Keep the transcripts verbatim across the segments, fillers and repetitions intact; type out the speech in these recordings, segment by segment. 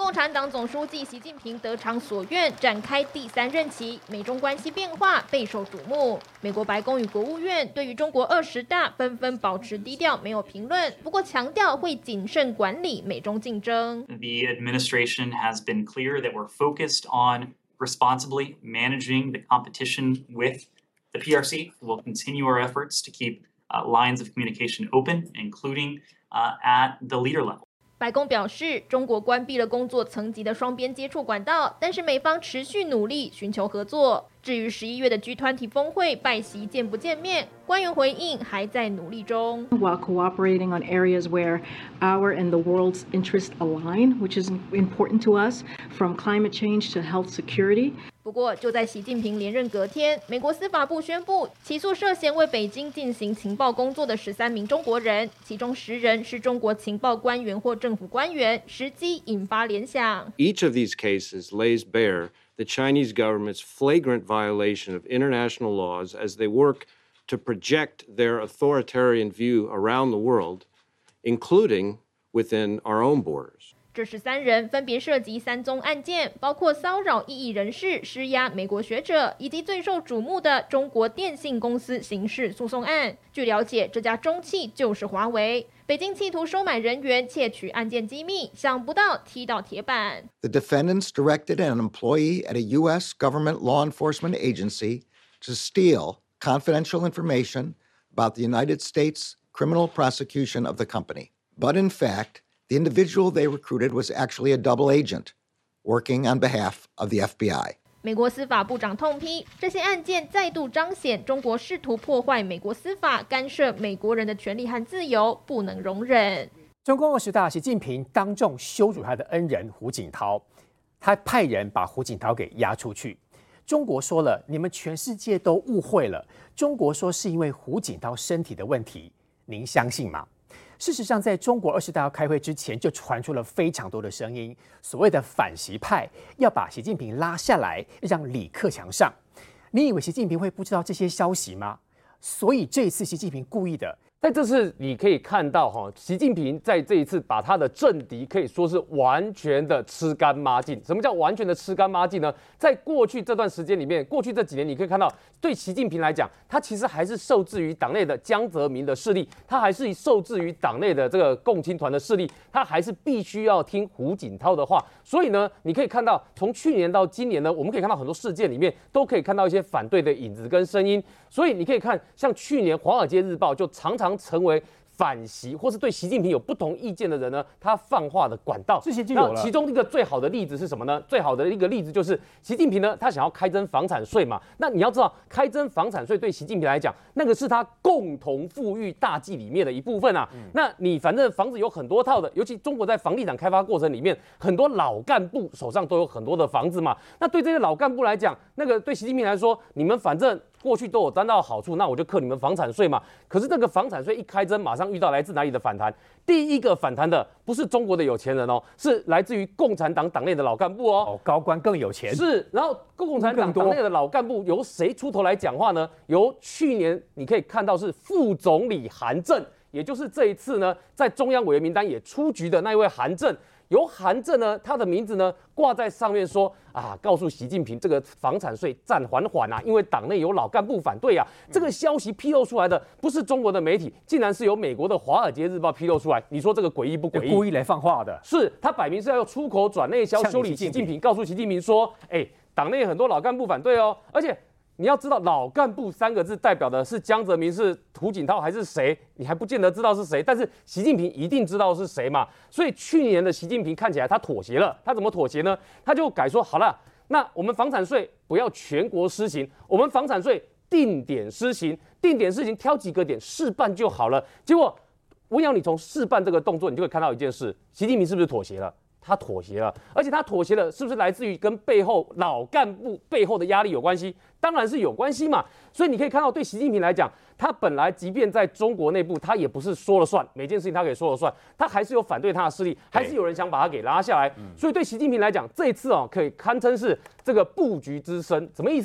共产党总书记习近平得偿所愿，展开第三任期，美中关系变化备受瞩目。美国白宫与国务院对于中国二十大纷纷保持低调，没有评论，不过强调会谨慎管理美中竞争。 The administration has been clear that we're focused on responsibly managing the competition with the P R C. We'll continue our efforts to keep uh, lines of communication open, including uh, at the leader level. 白宫表示，中国关闭了工作层级的双边接触管道，但是美方持续努力寻求合作。至于十一月的 G 二十 峰会拜习见不见面，官员回应还在努力中。 While cooperating on areas where our and the world's interests align, which is important to us, from climate change to health security. 不过，就在习近平连任隔天，美国司法部宣布起诉涉嫌为北京进行情报工作的十三名中国人，其中十人是中国情报官员或政府官员，时机引发联想。 Each of these cases lays bare the Chinese government's flagrant violation of international laws as they work to project their authoritarian view around the world, including within our own borders. 这十三人分别涉及三宗案件，包括骚扰异议人士、施压美国学者，以及最受瞩目的中国电信公司刑事诉讼案。据了解，这家中企就是华为。北京企图收买人员，窃取案件机密，想不到踢到铁板。 The defendants directed an employee at a U S government law enforcement agency to steal confidential information about the United States criminal prosecution of the company. But in fact, the individual they recruited was actually a double agent, working on behalf of the F B I. 美国司法部长痛批，这些案件再度彰显中国试图破坏美国司法，干涉美国人的权利和自由，不能容忍。 中共二十大，习近平当众羞辱他的恩人胡锦涛，他派人把胡锦涛给押出去。中国说了，你们全世界都误会了。中国说是因为胡锦涛身体的问题，您相信吗？事实上，在中国二十大要开会之前，就传出了非常多的声音，所谓的反习派要把习近平拉下来，让李克强上。你以为习近平会不知道这些消息吗？所以这一次习近平故意的。 在这次你可以看到哈，习近平在这一次把他的政敌可以说是完全的吃干抹净。什么叫完全的吃干抹净呢？在过去这段时间里面，过去这几年你可以看到，对习近平来讲，他其实还是受制于党内的江泽民的势力，他还是受制于党内的这个共青团的势力，他还是必须要听胡锦涛的话。所以呢，你可以看到，从去年到今年呢，我们可以看到很多事件里面都可以看到一些反对的影子跟声音。所以你可以看，像去年《华尔街日报》就常常成为反习或是对习近平有不同意见的人呢，他放话的管道。 之前就有了。 其中一个最好的例子是什么呢？最好的一个例子就是习近平呢，他想要开征房产税嘛。那你要知道，开征房产税对习近平来讲，那个是他共同富裕大计里面的一部分啊。嗯、那你反正房子有很多套的，尤其中国在房地产开发过程里面，很多老干部手上都有很多的房子嘛。那对这些老干部来讲，那个对习近平来说，你们反正过去都有沾到好处，那我就课你们房产税嘛。可是这个房产税一开征，马上遇到来自哪里的反弹？第一个反弹的不是中国的有钱人哦，是来自于共产党党内的老干部哦。 哦，高官更有钱。 是，然后共产党党内的老干部由谁出头来讲话呢？由去年你可以看到是副总理韩正，也就是这一次呢，在中央委员名单也出局的那一位韩正。由韩正呢，他的名字呢挂在上面说啊，告诉习近平这个房产税暂缓缓啊，因为党内有老干部反对啊。这个消息披露出来的不是中国的媒体，竟然是由美国的《华尔街日报》披露出来。你说这个诡异不诡异？ 故意来放话的， 是他摆明是要用出口转内销修理习近平，告诉习近平说，哎，党内很多老干部反对哦，而且。你要知道，老干部三个字代表的是江泽民、是胡锦涛还是谁？你还不见得知道是谁，但是习近平一定知道是谁嘛。所以去年的习近平看起来他妥协了，他怎么妥协呢？他就改说好了，那我们房产税不要全国施行，我们房产税定点施行，定点施行挑几个点试办就好了。结果，文瑶，你从试办这个动作，你就会看到一件事：习近平是不是妥协了？他妥协了，而且他妥协了，是不是来自于跟背后老干部背后的压力有关系？当然是有关系嘛。所以你可以看到，对习近平来讲，他本来即便在中国内部，他也不是说了算，每件事情他可以说了算，他还是有反对他的势力，还是有人想把他给拉下来。所以对习近平来讲，这一次哦，可以堪称是这个布局之深。什么意思呢？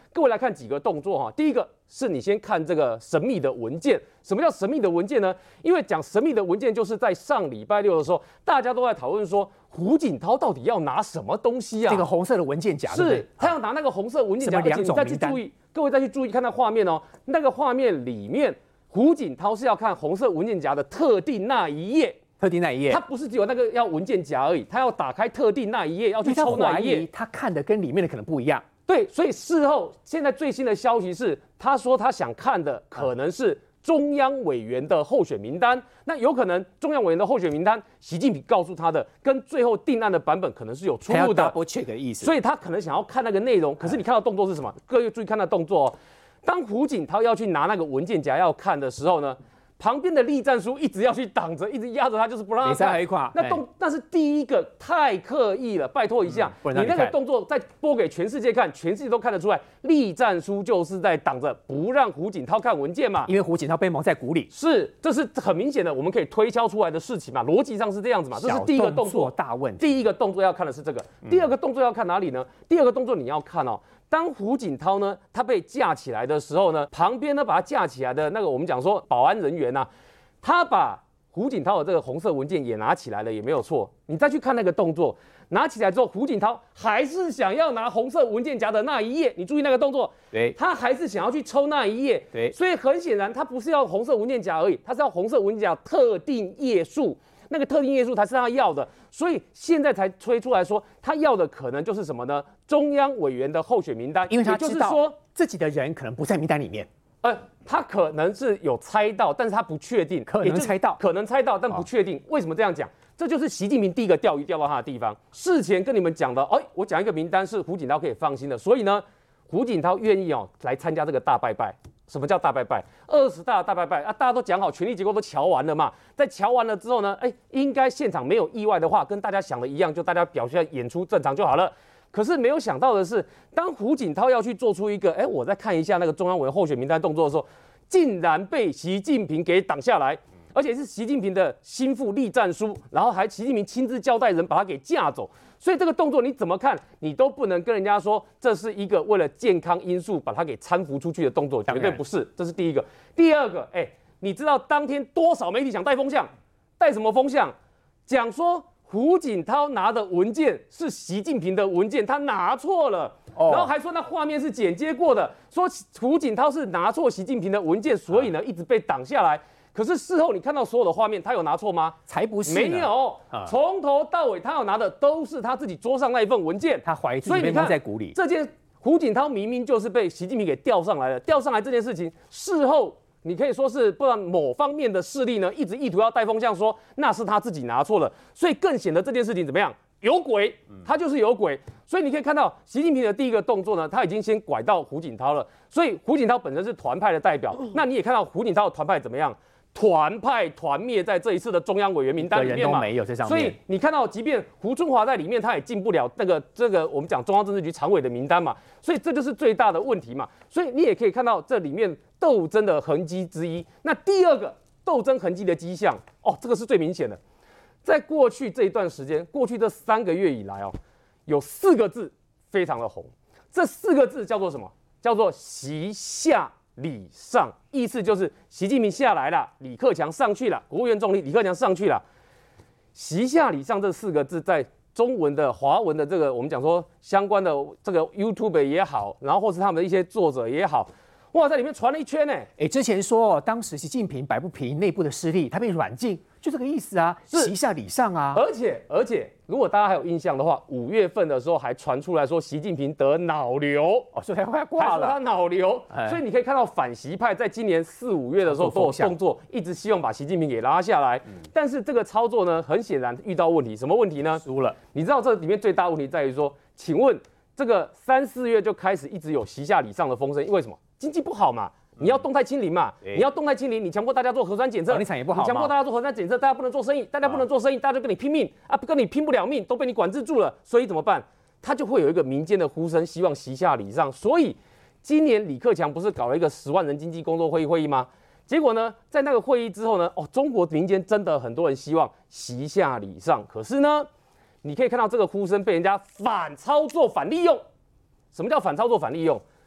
各位来看几个动作哈。第一个是你先看这个神秘的文件。什么叫神秘的文件呢？因为讲神秘的文件，就是在上礼拜六的时候，大家都在讨论说胡锦涛到底要拿什么东西啊？ 这个红色的文件夹， 是他要拿那个红色文件夹，而且你再去注意，各位再去注意看那画面哦，那个画面里面，胡锦涛是要看红色文件夹的特定那一页。 特定那一页， 他不是只有那个要文件夹而已，他要打开特定那一页，要去抽那一页。 他看的跟里面的可能不一样。 对，所以事后现在最新的消息是，他说他想看的可能是中央委员的候选名单。那有可能中央委员的候选名单，习近平告诉他的跟最后定案的版本可能是有出入的。 double check 的意思。 所以他可能想要看那个内容，可是你看到动作是什么？各位注意看那动作哦。当胡锦涛要去拿那个文件夹要看的时候呢？旁边的栗战书一直要去挡着，一直压着他，就是不让他看。那动那是第一个太刻意了，拜托一下，嗯、你, 你那个动作再播给全世界看，全世界都看得出来，栗战书就是在挡着不让胡锦涛看文件嘛。 因为胡锦涛被蒙在鼓里， 是，这是很明显的，我们可以推敲出来的事情嘛，逻辑上是这样子嘛。这是第一个动作， 大问题。 第一个动作要看的是这个，第二个动作要看哪里呢？第二个动作你要看哦。当胡锦涛呢，他被架起来的时候呢，旁边呢把他架起来的那个我们讲说保安人员呐、啊。他把胡锦涛的这个红色文件也拿起来了，也没有错。你再去看那个动作，拿起来之后，胡锦涛还是想要拿红色文件夹的那一页。你注意那个动作， 对， 他还是想要去抽那一页。 对， 所以很显然，他不是要红色文件夹而已，他是要红色文件夹特定页数，那个特定页数才是他要的。所以现在才推出来说，他要的可能就是什么呢？中央委员的候选名单， 因为他知道自己的人可能不在名单里面。 呃，他可能是有猜到，但是他不确定， 可能猜到， 可能猜到，但不确定。为什么这样讲？这就是习近平第一个钓鱼钓到他的地方。事前跟你们讲的，哎，我讲一个名单是胡锦涛可以放心的，所以呢，胡锦涛愿意哦来参加这个大拜拜。什么叫大拜拜？二十大大拜拜啊！大家都讲好，权力结构都瞧完了嘛。在瞧完了之后呢，哎，应该现场没有意外的话，跟大家想的一样，就大家表现演出正常就好了。可是没有想到的是，当胡锦涛要去做出一个，哎，我再看一下那个中央委员候选名单动作的时候，竟然被习近平给挡下来，而且是习近平的心腹栗战书，然后还习近平亲自交代人把他给架走。所以这个动作你怎么看，你都不能跟人家说这是一个为了健康因素把他给搀扶出去的动作，绝对不是。这是第一个。第二个，哎，你知道当天多少媒体想带风向？带什么风向？讲说胡锦涛拿的文件是习近平的文件，他拿错了，哦、然后还说那画面是剪接过的，说胡锦涛是拿错习近平的文件，所以呢一直被挡下来。可是事后你看到所有的画面，他有拿错吗？ 才不是， 没有，从头到尾他要拿的都是他自己桌上那一份文件， 他怀疑自己被蒙在鼓里。 这件胡锦涛明明就是被习近平给调上来了，调上来这件事情，事后你可以说是不然某方面的势力呢，一直意图要带风向说那是他自己拿错了，所以更显得这件事情怎么样？有鬼，他就是有鬼。所以你可以看到习近平的第一个动作呢，他已经先拐到胡锦涛了。所以胡锦涛本身是团派的代表，那你也看到胡锦涛的团派怎么样？团派团灭在这一次的中央委员名单里面嘛， 人都没有在上面。 所以你看到，即便胡春华在里面，他也进不了那个这个我们讲中央政治局常委的名单嘛。所以这就是最大的问题嘛。所以你也可以看到这里面斗争的痕迹之一。那第二个斗争痕迹的迹象，哦，这个是最明显的。在过去这一段时间，过去这三个月以来哦，有四个字非常的红。这四个字叫做什么？叫做习下礼上，意思就是习近平下来了，李克强上去了，国务院总理李克强上去了。习下礼上这四个字，在中文的、华文的这个我们讲说相关的这个 YouTube 也好，然后或是他们的一些作者也好，哇，在里面传了一圈呢。 哎，之前说当时习近平摆不平内部的势力，他被软禁，就这个意思啊，习下礼上啊。 而且而且，如果大家还有印象的话，五月份的时候还传出来说习近平得脑瘤， 哦，所以他快挂了， 还说他脑瘤。哎、所以你可以看到反习派在今年四五月的时候都有动作，一直希望把习近平给拉下来。嗯、但是这个操作呢，很显然遇到问题，什么问题呢？ 输了。 你知道这里面最大问题在于说，请问这个三四月就开始一直有习下礼上的风声，因为什么？经济不好嘛。你要动态清零嘛？你要动态清零，你强迫大家做核酸检测， 房地产也不好， 你强迫大家做核酸检测，大家不能做生意，大家不能做生意，大家就跟你拼命啊，跟你拼不了命，都被你管制住了，所以怎么办？他就会有一个民间的呼声，希望习下礼上。所以今年李克强不是搞了一个十万人经济工作会议会议吗？结果呢，在那个会议之后呢，哦，中国民间真的很多人希望习下礼上，可是呢，你可以看到这个呼声被人家反操作、反利用。什么叫反操作、反利用？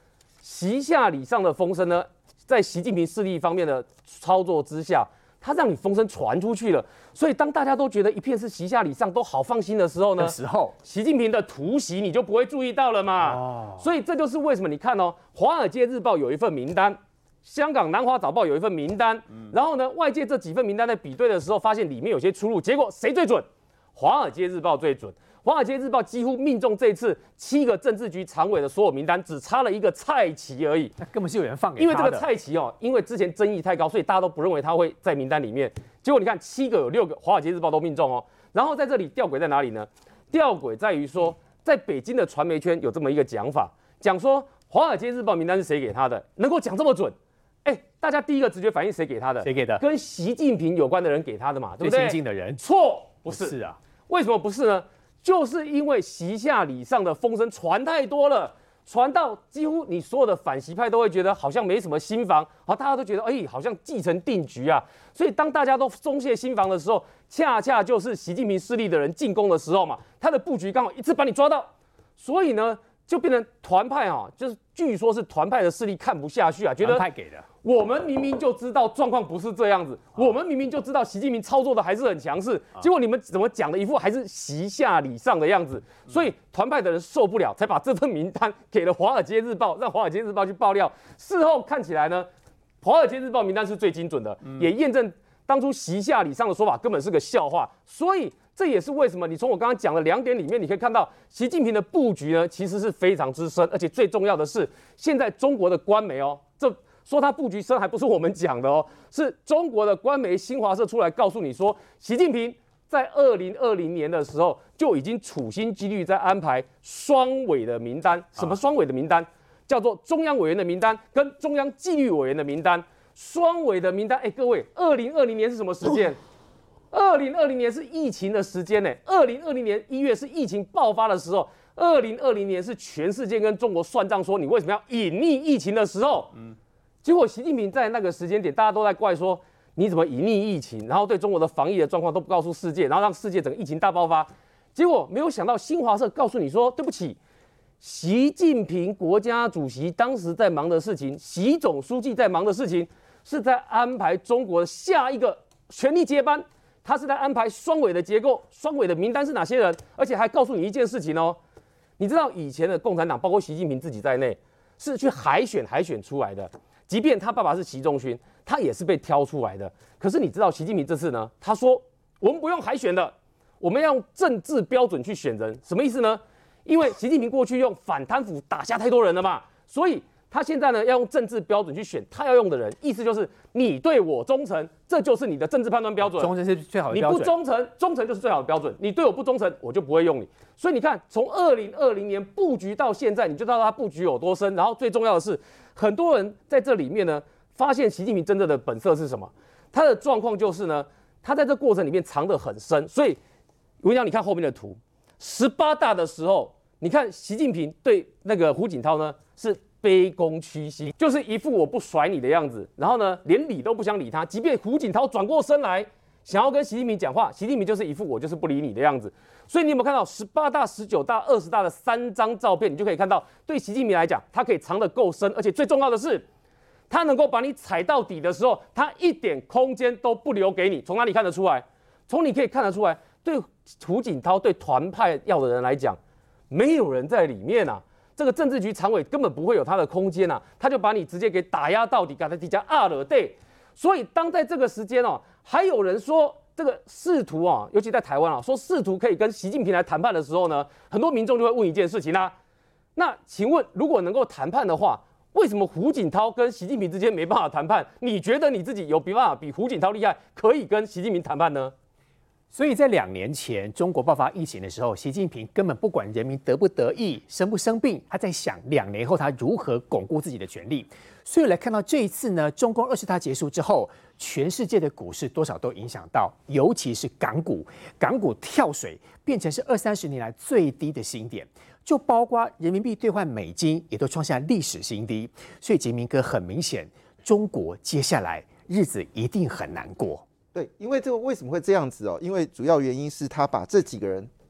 习下礼上的风声呢，在习近平势力方面的操作之下，他让你风声传出去了。所以当大家都觉得一片是习下礼上，都好放心的时候呢， 时候习近平的突袭你就不会注意到了嘛。哦，所以这就是为什么你看哦，《华尔街日报》有一份名单。香港南华早报有一份名单，嗯、然后呢，外界这几份名单在比对的时候，发现里面有些出入，结果谁最准？华尔街日报最准。华尔街日报几乎命中这次七个政治局常委的所有名单，只差了一个蔡奇而已。 那根本是有人放给他的。 因为这个蔡奇哦，因为之前争议太高，所以大家都不认为他会在名单里面。结果你看，七个有六个华尔街日报都命中哦。然后在这里吊诡在哪里呢？吊诡在于说，在北京的传媒圈有这么一个讲法，讲说华尔街日报名单是谁给他的，能够讲这么准。哎，大家第一个直觉反应谁给他的？ 谁给的？ 跟习近平有关的人给他的嘛，对不对？ 最亲近的人。 错，不是。 不是啊， 为什么不是呢？就是因为习下礼上的风声传太多了，传到几乎你所有的反习派都会觉得好像没什么心防，好，大家都觉得哎，好像既成定局啊。所以当大家都松懈心防的时候，恰恰就是习近平势力的人进攻的时候嘛，他的布局刚好一次把你抓到，所以呢，就变成团派啊，就是据说是团派的势力看不下去啊，觉得团派给的。 我们明明就知道状况不是这样子，我们明明就知道习近平操作的还是很强势，结果你们怎么讲的一副还是习下礼上的样子，所以团派的人受不了，才把这份名单给了《华尔街日报》，让《华尔街日报》去爆料。事后看起来呢，《华尔街日报》名单是最精准的，也验证当初习下礼上的说法根本是个笑话。所以这也是为什么你从我刚刚讲的两点里面，你可以看到习近平的布局呢，其实是非常之深，而且最重要的是，现在中国的官媒哦，这。说他布局深还不是我们讲的哦，是中国的官媒新华社出来告诉你说，习近平在二零二零年的时候就已经处心积虑在安排双委的名单。什么双委的名单？叫做中央委员的名单跟中央纪律委员的名单。双委的名单，哎，各位，二零二零年是什么时间？二零二零年是疫情的时间呢。二零二零年一月是疫情爆发的时候，二零二零年是全世界跟中国算账，说你为什么要隐匿疫情的时候。嗯。结果习近平在那个时间点，大家都在怪说你怎么隐匿疫情，然后对中国的防疫的状况都不告诉世界，然后让世界整个疫情大爆发。结果没有想到新华社告诉你说，对不起，习近平国家主席当时在忙的事情，习总书记在忙的事情，是在安排中国的下一个权力接班，他是在安排双委的结构，双委的名单是哪些人，而且还告诉你一件事情哦，你知道以前的共产党，包括习近平自己在内，是去海选海选出来的。即便他爸爸是习仲勋，他也是被挑出来的。可是你知道习近平这次呢？他说我们不用海选的，我们要用政治标准去选人。什么意思呢？因为习近平过去用反贪腐打下太多人了嘛，所以他现在呢要用政治标准去选他要用的人。意思就是你对我忠诚，这就是你的政治判断标准。 忠诚是最好的标准。 你不忠诚，忠诚就是最好的标准。你对我不忠诚，我就不会用你。所以你看，从二零二零年布局到现在，你就知道他布局有多深。然后最重要的是，很多人在这里面呢，发现习近平真正的本色是什么？他的状况就是呢，他在这过程里面藏得很深。所以我跟你讲，你看后面的图，十八大的时候，你看习近平对那个胡锦涛呢是卑躬屈膝，就是一副我不甩你的样子。然后呢，连理都不想理他，即便胡锦涛转过身来想要跟习近平讲话，习近平就是一副我就是不理你的样子。所以你有没有看到十八大、十九大、二十大的三张照片？你就可以看到，对习近平来讲，他可以藏得够深，而且最重要的是，他能够把你踩到底的时候，他一点空间都不留给你。从哪里看得出来？从你可以看得出来，对胡锦涛、对团派要的人来讲，没有人在里面啊。这个政治局常委根本不会有他的空间啊，他就把你直接给打压到底，搞得底下二了对。所以当在这个时间哦，还有人说这个试图啊，尤其在台湾啊，说试图可以跟习近平来谈判的时候呢，很多民众就会问一件事情啦、啊。那请问，如果能够谈判的话，为什么胡锦涛跟习近平之间没办法谈判？你觉得你自己有办法比胡锦涛厉害，可以跟习近平谈判呢？ 所以在两年前中国爆发疫情的时候，习近平根本不管人民得不得意、生不生病，他在想两年后他如何巩固自己的权力。所以来看到这一次呢，中共二十大结束之后，全世界的股市多少都影响到，尤其是港股，港股跳水变成是二三十年来最低的新点，就包括人民币兑换美金也都创下历史新低。所以杰明哥很明显，中国接下来日子一定很难过。 对，因为这个为什么会这样子哦？因为主要原因是他把这几个人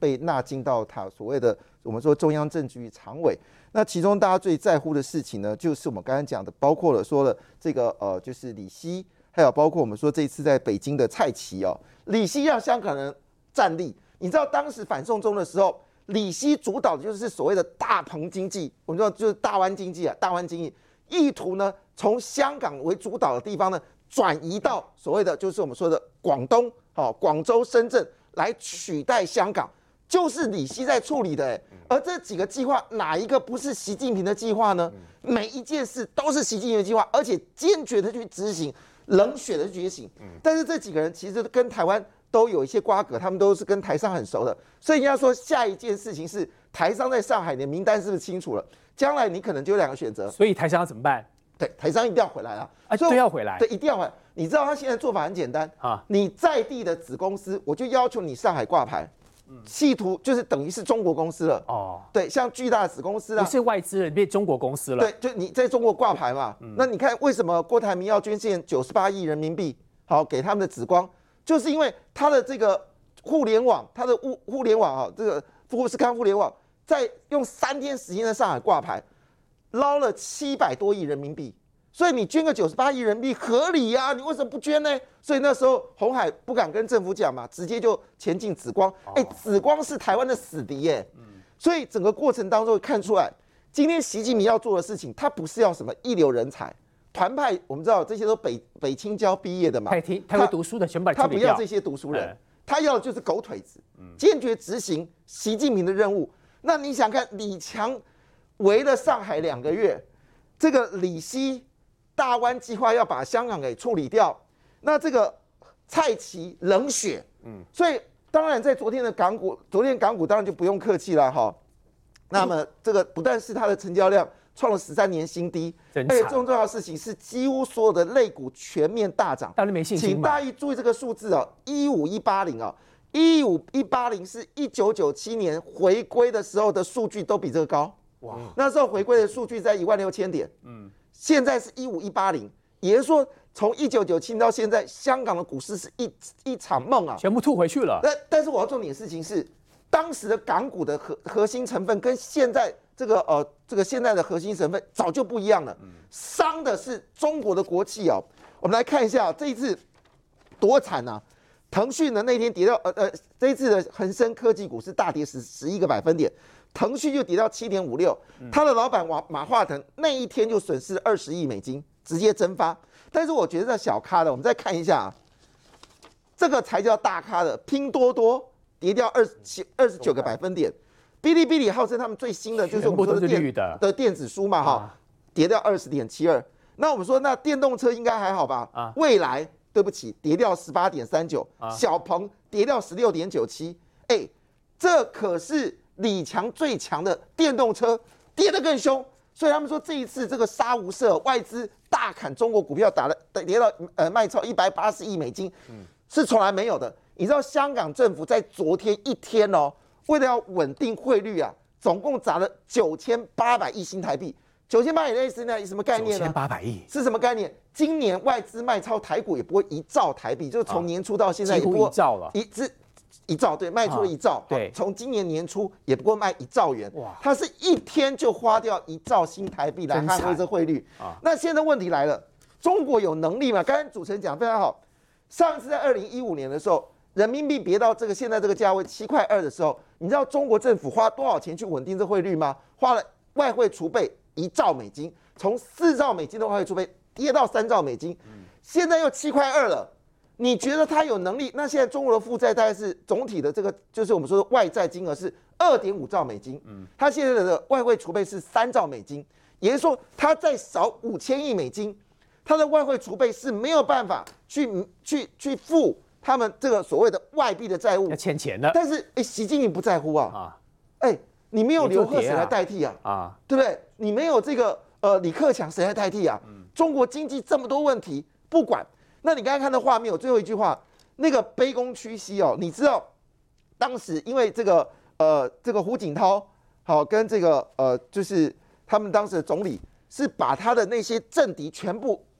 被纳进到他所谓的我们说中央政治局常委。那其中大家最在乎的事情呢，就是我们刚才讲的，包括了说了这个呃，就是李希，还有包括我们说这一次在北京的蔡奇哦，李希让香港人站立。你知道当时反送中的时候，李希主导的就是所谓的大棚经济，我们说就是大湾经济啊，大湾经济意图呢从香港为主导的地方呢转移到所谓的就是我们说的广东、哦广州、深圳来取代香港。就是李希在处理的，哎，而这几个计划哪一个不是习近平的计划呢？每一件事都是习近平的计划，而且坚决的去执行，冷血的去执行。但是这几个人其实跟台湾都有一些瓜葛，他们都是跟台商很熟的，所以人家说下一件事情是台商在上海，你的名单是不是清楚了？将来你可能就有两个选择。 所以台商要怎么办？ 对，台商一定要回来了啊，都要回来， 对，一定要回来。你知道他现在做法很简单啊，你在地的子公司，我就要求你上海挂牌。企图就是等于是中国公司了哦，对，像巨大的子公司啦， 不是外资人变中国公司了， 对，就你在中国挂牌嘛。嗯、那你看为什么郭台铭要捐献九十八亿人民币，好给他们的紫光，就是因为他的这个互联网，他的互互联网啊，这个富士康互联网，在用三天时间在上海挂牌，捞了七百多亿人民币。所以你捐个九十八亿人民币合理呀、啊，你为什么不捐呢？所以那时候鸿海不敢跟政府讲嘛，直接就前进紫光。哎、欸，紫光是台湾的死敌耶。所以整个过程当中看出来，今天习近平要做的事情，他不是要什么一流人才、团派，我们知道这些都北北清交毕业的嘛， 太听太会读书的全部他不要这些读书人，他要的就是狗腿子，坚决执行习近平的任务。那你想看李强围了上海两个月，这个李希。大湾计划要把香港给处理掉，那这个蔡奇冷血，嗯，所以当然在昨天的港股，昨天港股当然就不用客气了哈。那么这个不但是它的成交量创了十三年新低，而且更重要的事情是几乎所有的类股全面大涨。 当然没信心嘛。 请大家注意这个数字哦，一五一八零哦，一五一八零是一九九七年回归的时候的数据都比这个高。哇，那时候回归的数据在一万六千点，嗯。现在是一五一八零，也就是说，从一九九七到现在，香港的股市是一一场梦啊， 全部吐回去了。 但但是我要重点的事情是，当时的港股的核核心成分跟现在这个呃这个现在的核心成分早就不一样了，伤的是中国的国企哦。我们来看一下这一次多惨啊！腾讯呢那天跌到呃呃这一次的恒生科技股是大跌十十一个百分点。腾讯就跌到七点五六，他的老板马马化腾那一天就损失二十亿美金，直接蒸发。但是我觉得这小咖的，我们再看一下啊，这个才叫大咖的。拼多多跌掉二十七二十九个百分点，哔哩哔哩号称他们最新的就是我们说的电的电子书嘛哈，跌掉二十点七二。那我们说那电动车应该还好吧？啊，蔚来对不起跌掉十八点三九，小鹏跌掉十六点九七。哎，这可是。李强最强的电动车跌得更凶，所以他们说这一次这个杀无赦，外资大砍中国股票，打了跌到呃卖超一百八十亿美金，是从来没有的。你知道香港政府在昨天一天哦，为了要稳定汇率啊，总共砸了九千八百亿新台币。九千八百亿是那什么概念呢？ 九千八百亿是什么概念？今年外资卖超台股也不会一兆台币，就是从年初到现在也不过一兆了， 一直。一兆对，卖出了一兆， 对， 从今年年初也不过卖一兆元，哇，它是一天就花掉一兆新台币来捍卫这汇率啊。那现在问题来了，中国有能力吗？刚才主持人讲非常好，上次在二零一五年的时候，人民币跌到这个现在这个价位七块二的时候，你知道中国政府花多少钱去稳定这汇率吗？花了外汇储备一兆美金，从四兆美金的外汇储备跌到三兆美金，现在又七块二了。你觉得他有能力？那现在中国的负债大概是总体的这个，就是我们说的外债金额是二点五兆美金，嗯，他现在的外汇储备是三兆美金，也就是说，他再少五千亿美金，他的外汇储备是没有办法去去去付他们这个所谓的外币的债务， 要欠钱的。 但是，哎，习近平不在乎啊，啊，哎，你没有刘鹤谁来代替啊？啊，对不对？你没有这个呃李克强谁来代替啊？嗯，中国经济这么多问题，不管。那你刚才看到画面，有最后一句话，那个卑躬屈膝哦，你知道，当时因为这个呃这个胡锦涛好跟这个呃就是他们当时的总理是把他的那些政敌全部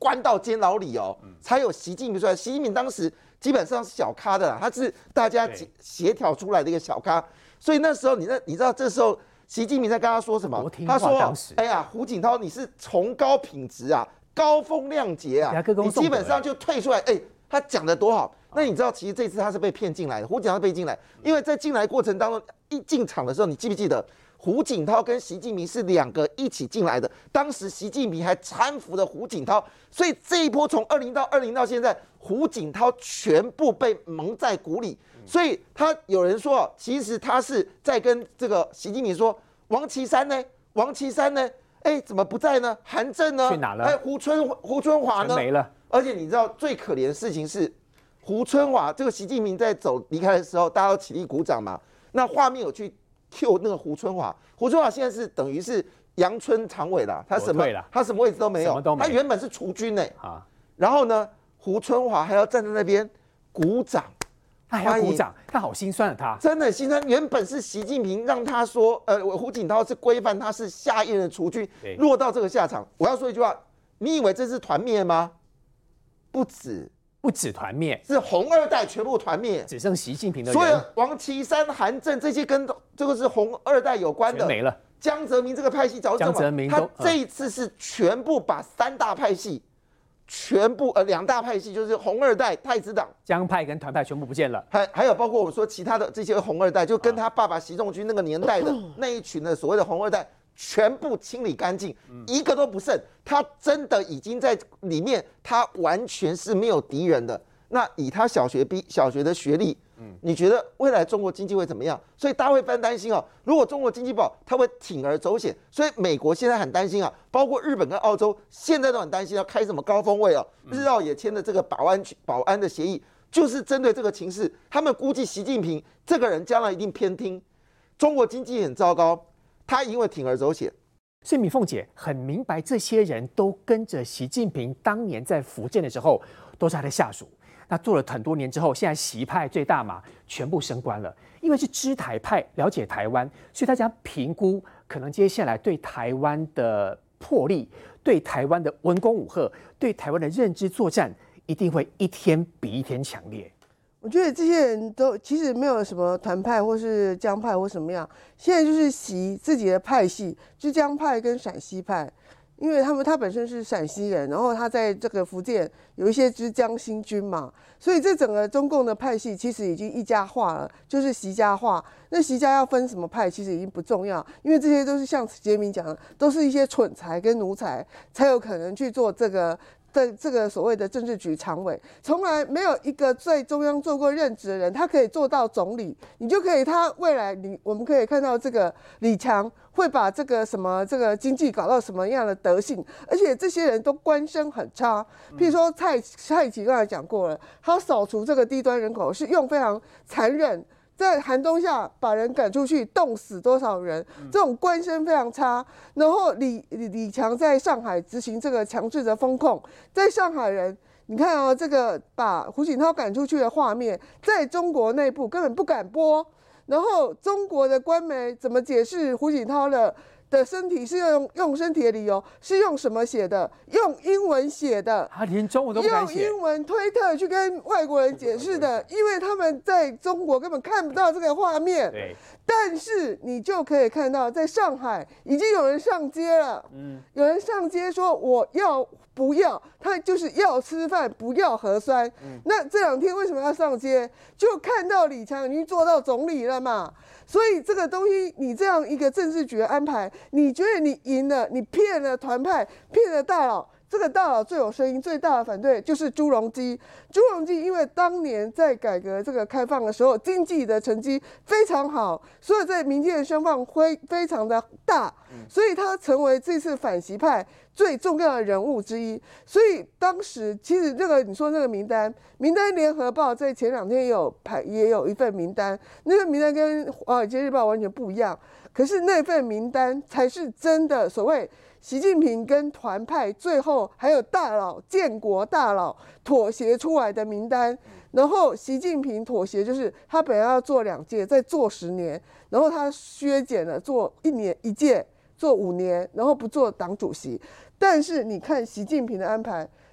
关到监牢里哦，才有习近平出来。习近平当时基本上是小咖的啦，他是大家协调出来的一个小咖，所以那时候你那你知道这时候习近平在跟他说什么？他说：“哎呀，胡锦涛你是崇高品质啊，高风亮节啊，你基本上就退出来。”哎，他讲的多好。那你知道其实这次他是被骗进来的，胡锦涛被进来，因为在进来过程当中一进场的时候，你记不记得？胡锦涛跟习近平是两个一起进来的，当时习近平还搀扶了胡锦涛，所以这一波从二零到二零到现在，胡锦涛全部被蒙在鼓里。所以他有人说，其实他是在跟这个习近平说，王岐山呢？王岐山呢？哎，怎么不在呢？韩正呢？ 去哪了？ 哎，胡春胡春华呢？ 没了。 而且你知道最可怜的事情是，胡春华这个习近平在走离开的时候，大家都起立鼓掌嘛。那画面有去。Q 那个胡春华，胡春华现在是等于是阳春常委啦，他什么他什么位置都没有，他原本是储君呢、欸，啊，然后呢，胡春华还要站在那边鼓掌， 他还要鼓掌，他好心酸啊，他真的心酸。原本是习近平让他说，呃，胡锦涛是规范他是下一任的储君，落到这个下场。我要说一句话，你以为这是团灭吗？不止。 不止团灭， 是红二代全部团灭， 只剩习近平的人。 所以王岐山、韩正这些跟这个是红二代有关的没了。 江泽民这个派系早就江泽民他这一次是全部把三大派系，全部呃两大派系就是红二代、太子党、 江派跟团派全部不见了。 还还有包括我们说其他的这些红二代，就跟他爸爸习仲勋那个年代的那一群的所谓的红二代。全部清理干净，一个都不剩。他真的已经在里面，他完全是没有敌人的。那以他小学毕小学的学历，你觉得未来中国经济会怎么样？所以大家会非常担心哦。如果中国经济不好，他会铤而走险。所以美国现在很担心啊，包括日本跟澳洲现在都很担心要开什么高峰会哦。日澳也签的这个保安保安的协议，就是针对这个情势。他们估计习近平这个人将来一定偏听，中国经济很糟糕。他因为铤而走险， 所以米凤姐很明白，这些人都跟着习近平当年在福建的时候都是他的下属。那做了很多年之后，现在习派最大嘛，全部升官了，因为是知台派，了解台湾，所以大家评估可能接下来对台湾的魄力、对台湾的文攻武吓、对台湾的认知作战，一定会一天比一天强烈。 我觉得这些人都其实没有什么团派或是江派或什么样，现在就是习自己的派系，就江派跟陕西派，因为他们他本身是陕西人，然后他在这个福建有一些之江新军嘛，所以这整个中共的派系其实已经一家化了，就是习家化。那习家要分什么派，其实已经不重要，因为这些都是像杰明讲的，都是一些蠢材跟奴才才有可能去做这个。的这个所谓的政治局常委，从来没有一个在中央做过任职的人，他可以做到总理，你就可以，他未来你我们可以看到这个李强会把这个什么这个经济搞到什么样的德性，而且这些人都官声很差，譬如说蔡蔡奇刚才讲过了，他扫除这个低端人口是用非常残忍。在寒冬下把人赶出去，冻死多少人？这种官声非常差。然后李李李强在上海执行这个强制的风控，在上海人，你看啊、哦，这个把胡锦涛赶出去的画面，在中国内部根本不敢播。然后中国的官媒怎么解释胡锦涛的？的身体是用用身体的理由是用什么写的？用英文写的， 他连中文都不敢写。 用英文推特去跟外国人解释的，因为他们在中国根本看不到这个画面。 对。 但是你就可以看到，在上海已经有人上街了。嗯。有人上街说我要不要？他就是要吃饭，不要核酸。嗯。那这两天为什么要上街？就看到李强已经做到总理了嘛。所以这个东西，你这样一个政治局的安排，你觉得你赢了，你骗了团派，骗了大佬。这个大佬最有声音、最大的反对就是朱镕基。朱镕基因为当年在改革这个开放的时候，经济的成绩非常好，所以在民间的声望非非常的大，所以他成为这次反习派最重要的人物之一。所以当时其实这个你说那个名单，名单联合报在前两天也有排也有一份名单，那个名单跟华尔街日报完全不一样。可是那份名单才是真的所谓习近平跟团派最后还有大佬建国大佬妥协出来的名单。然后习近平妥协就是他本来要做两届，再做十年，然后他削减了做一年一届，做五年，然后不做党主席。但是你看习近平的安排，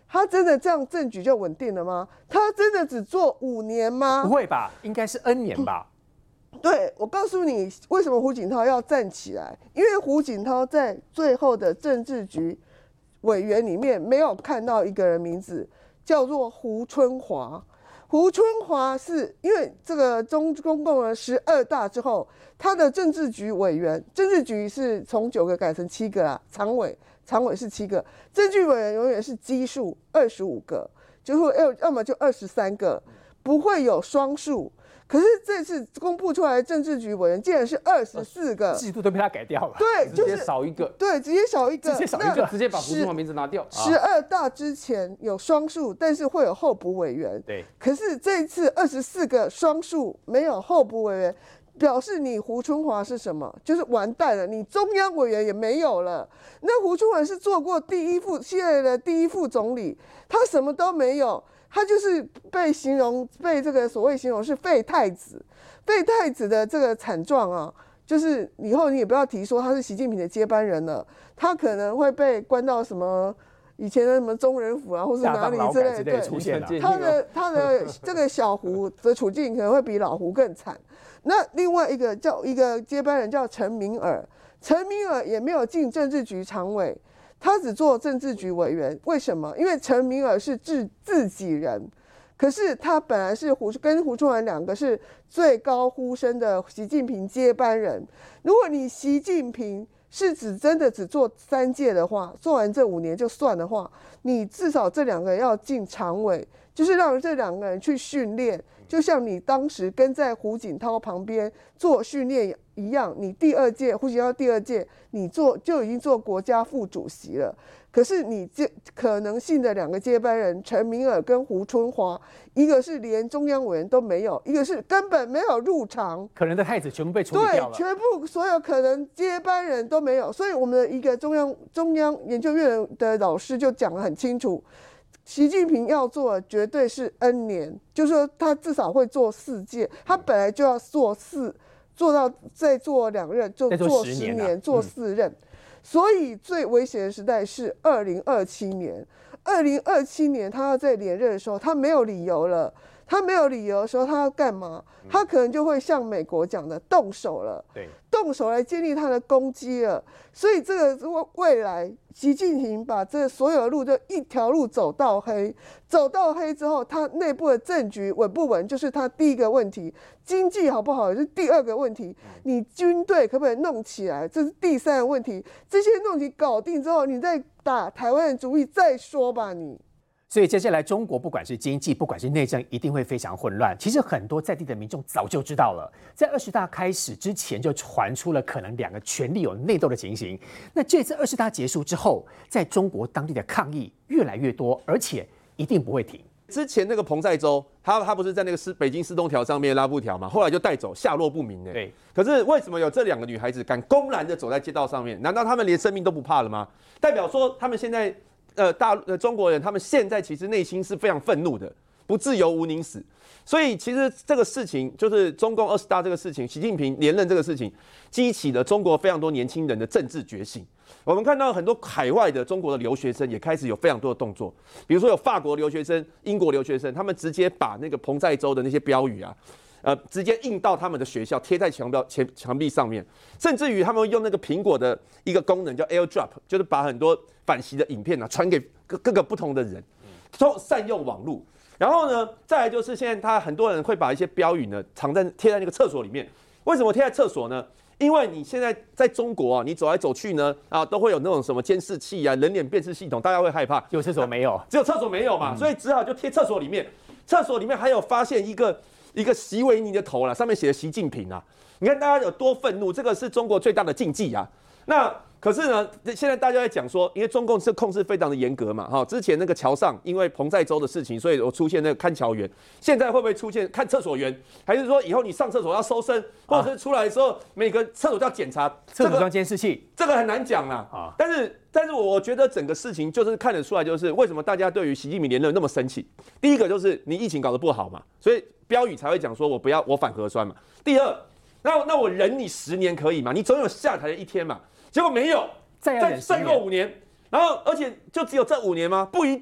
他真的这样政局就稳定了吗？他真的只做五年吗？ 不会吧，应该是 N 年吧。 对，我告诉你，为什么胡锦涛要站起来？因为胡锦涛在最后的政治局委员里面没有看到一个人名字，叫做胡春华。胡春华是因为这个中公共的十二大之后，他的政治局委员，政治局是从九个改成七个啦，常委常委是七个，政治局委员永远是基数二十五个，就会要要么就二十三个，不会有双数。可是这次公布出来的政治局委员竟然是二十四个， 制度都被他改掉了， 对，就是直接少一个， 对，直接少一个， 直接少一个， 直接把胡春华名字拿掉。 十二大之前有双数，但是会有候补委员。 对， 可是这一次二十四个双数没有候补委员，表示你胡春华是什么？就是完蛋了，你中央委员也没有了。那胡春华是做过第一副现在的第一副总理，他什么都没有。他就是被形容被这个所谓形容是废太子，废太子的这个惨状啊，就是以后你也不要提说他是习近平的接班人了，他可能会被关到什么以前的什么中人府啊，或是哪里之类的，对， 出现了。 他的他的这个小胡的处境可能会比老胡更惨。那另外一个叫一个接班人叫陈明尔，陈明尔也没有进政治局常委。他只做政治局委员，为什么？因为陈明尔是自自己人，可是他本来是胡跟胡春华两个是最高呼声的习近平接班人。如果你习近平是只真的只做三届的话，做完这五年就算的话，你至少这两个人要进常委，就是让这两个人去训练，就像你当时跟在胡锦涛旁边做训练一样，你第二届胡锦涛第二届你做就已经做国家副主席了。可是你这可能性的两个接班人陈明尔跟胡春华，一个是连中央委员都没有，一个是根本没有入场， 可能的太子全部被处理掉了， 对，全部所有可能接班人都没有。所以我们的一个中央中央研究院的老师就讲得很清楚，习近平要做的绝对是 N 年，就是说他至少会做四届，他本来就要做四，做到再做两任，就做十年，年做四任。嗯，所以最危险的时代是二零二七年。二零二七年他要在连任的时候，他没有理由了。他没有理由的时候，他要干嘛？他可能就会像美国讲的动手了， 对， 动手来建立他的攻击了。所以这个未来，习近平把这所有的路就一条路走到黑，走到黑之后，他内部的政局稳不稳，就是他第一个问题；经济好不好，也是第二个问题；你军队可不可以弄起来，这是第三个问题。这些问题搞定之后，你再打台湾的主意再说吧，你。 所以接下来中国不管是经济，不管是内政，一定会非常混乱。其实很多在地的民众早就知道了，在二十大开始之前就传出了可能两个权力有内斗的情形。那这次二十大结束之后，在中国当地的抗议越来越多，而且一定不会停。 之前那个彭赛洲，他他不是在那个市北京市东条上面拉布条嘛，后来就带走，下落不明的。 对。 可是为什么有这两个女孩子敢公然的走在街道上面？难道她们连生命都不怕了吗？代表说她们现在。呃，大呃中国人他们现在其实内心是非常愤怒的，不自由无宁死。所以其实这个事情就是中共二十大这个事情，习近平连任这个事情，激起了中国非常多年轻人的政治觉醒。我们看到很多海外的中国的留学生也开始有非常多的动作，比如说有法国留学生、英国留学生，他们直接把那个彭赛洲的那些标语啊。呃，直接印到他们的学校，贴在墙标墙墙壁上面，甚至于他们用那个苹果的一个功能叫 AirDrop， 就是把很多反袭的影片啊传给各各个不同的人，都善用网络。然后呢，再来就是现在他很多人会把一些标语呢藏在贴在那个厕所里面。为什么贴在厕所呢？因为你现在在中国啊，你走来走去呢啊，都会有那种什么监视器啊、人脸辨识系统，大家会害怕。 只有厕所没有， 只有厕所没有嘛，嗯、所以只好就贴厕所里面。厕所里面还有发现一个。一个习维尼的头啦，上面写的习近平啊，你看大家有多愤怒，这个是中国最大的禁忌啊。那可是呢，现在大家在讲说，因为中共是控制非常的严格嘛，哈，之前那个桥上因为彭赛洲的事情，所以有出现那个看桥员，现在会不会出现看厕所员？还是说以后你上厕所要搜身，或者是出来的时候每个厕所都要检查？ 厕所装监视器， 这个很难讲啦。啊，但是但是我觉得整个事情就是看得出来，就是为什么大家对于习近平连任那么生气。第一个就是你疫情搞得不好嘛，所以标语才会讲说我不要我反核酸嘛。第二，那那我忍你十年可以嘛？你总有下台的一天嘛。结果没有， 再再再过五年，然后而且就只有这五年吗？不一定，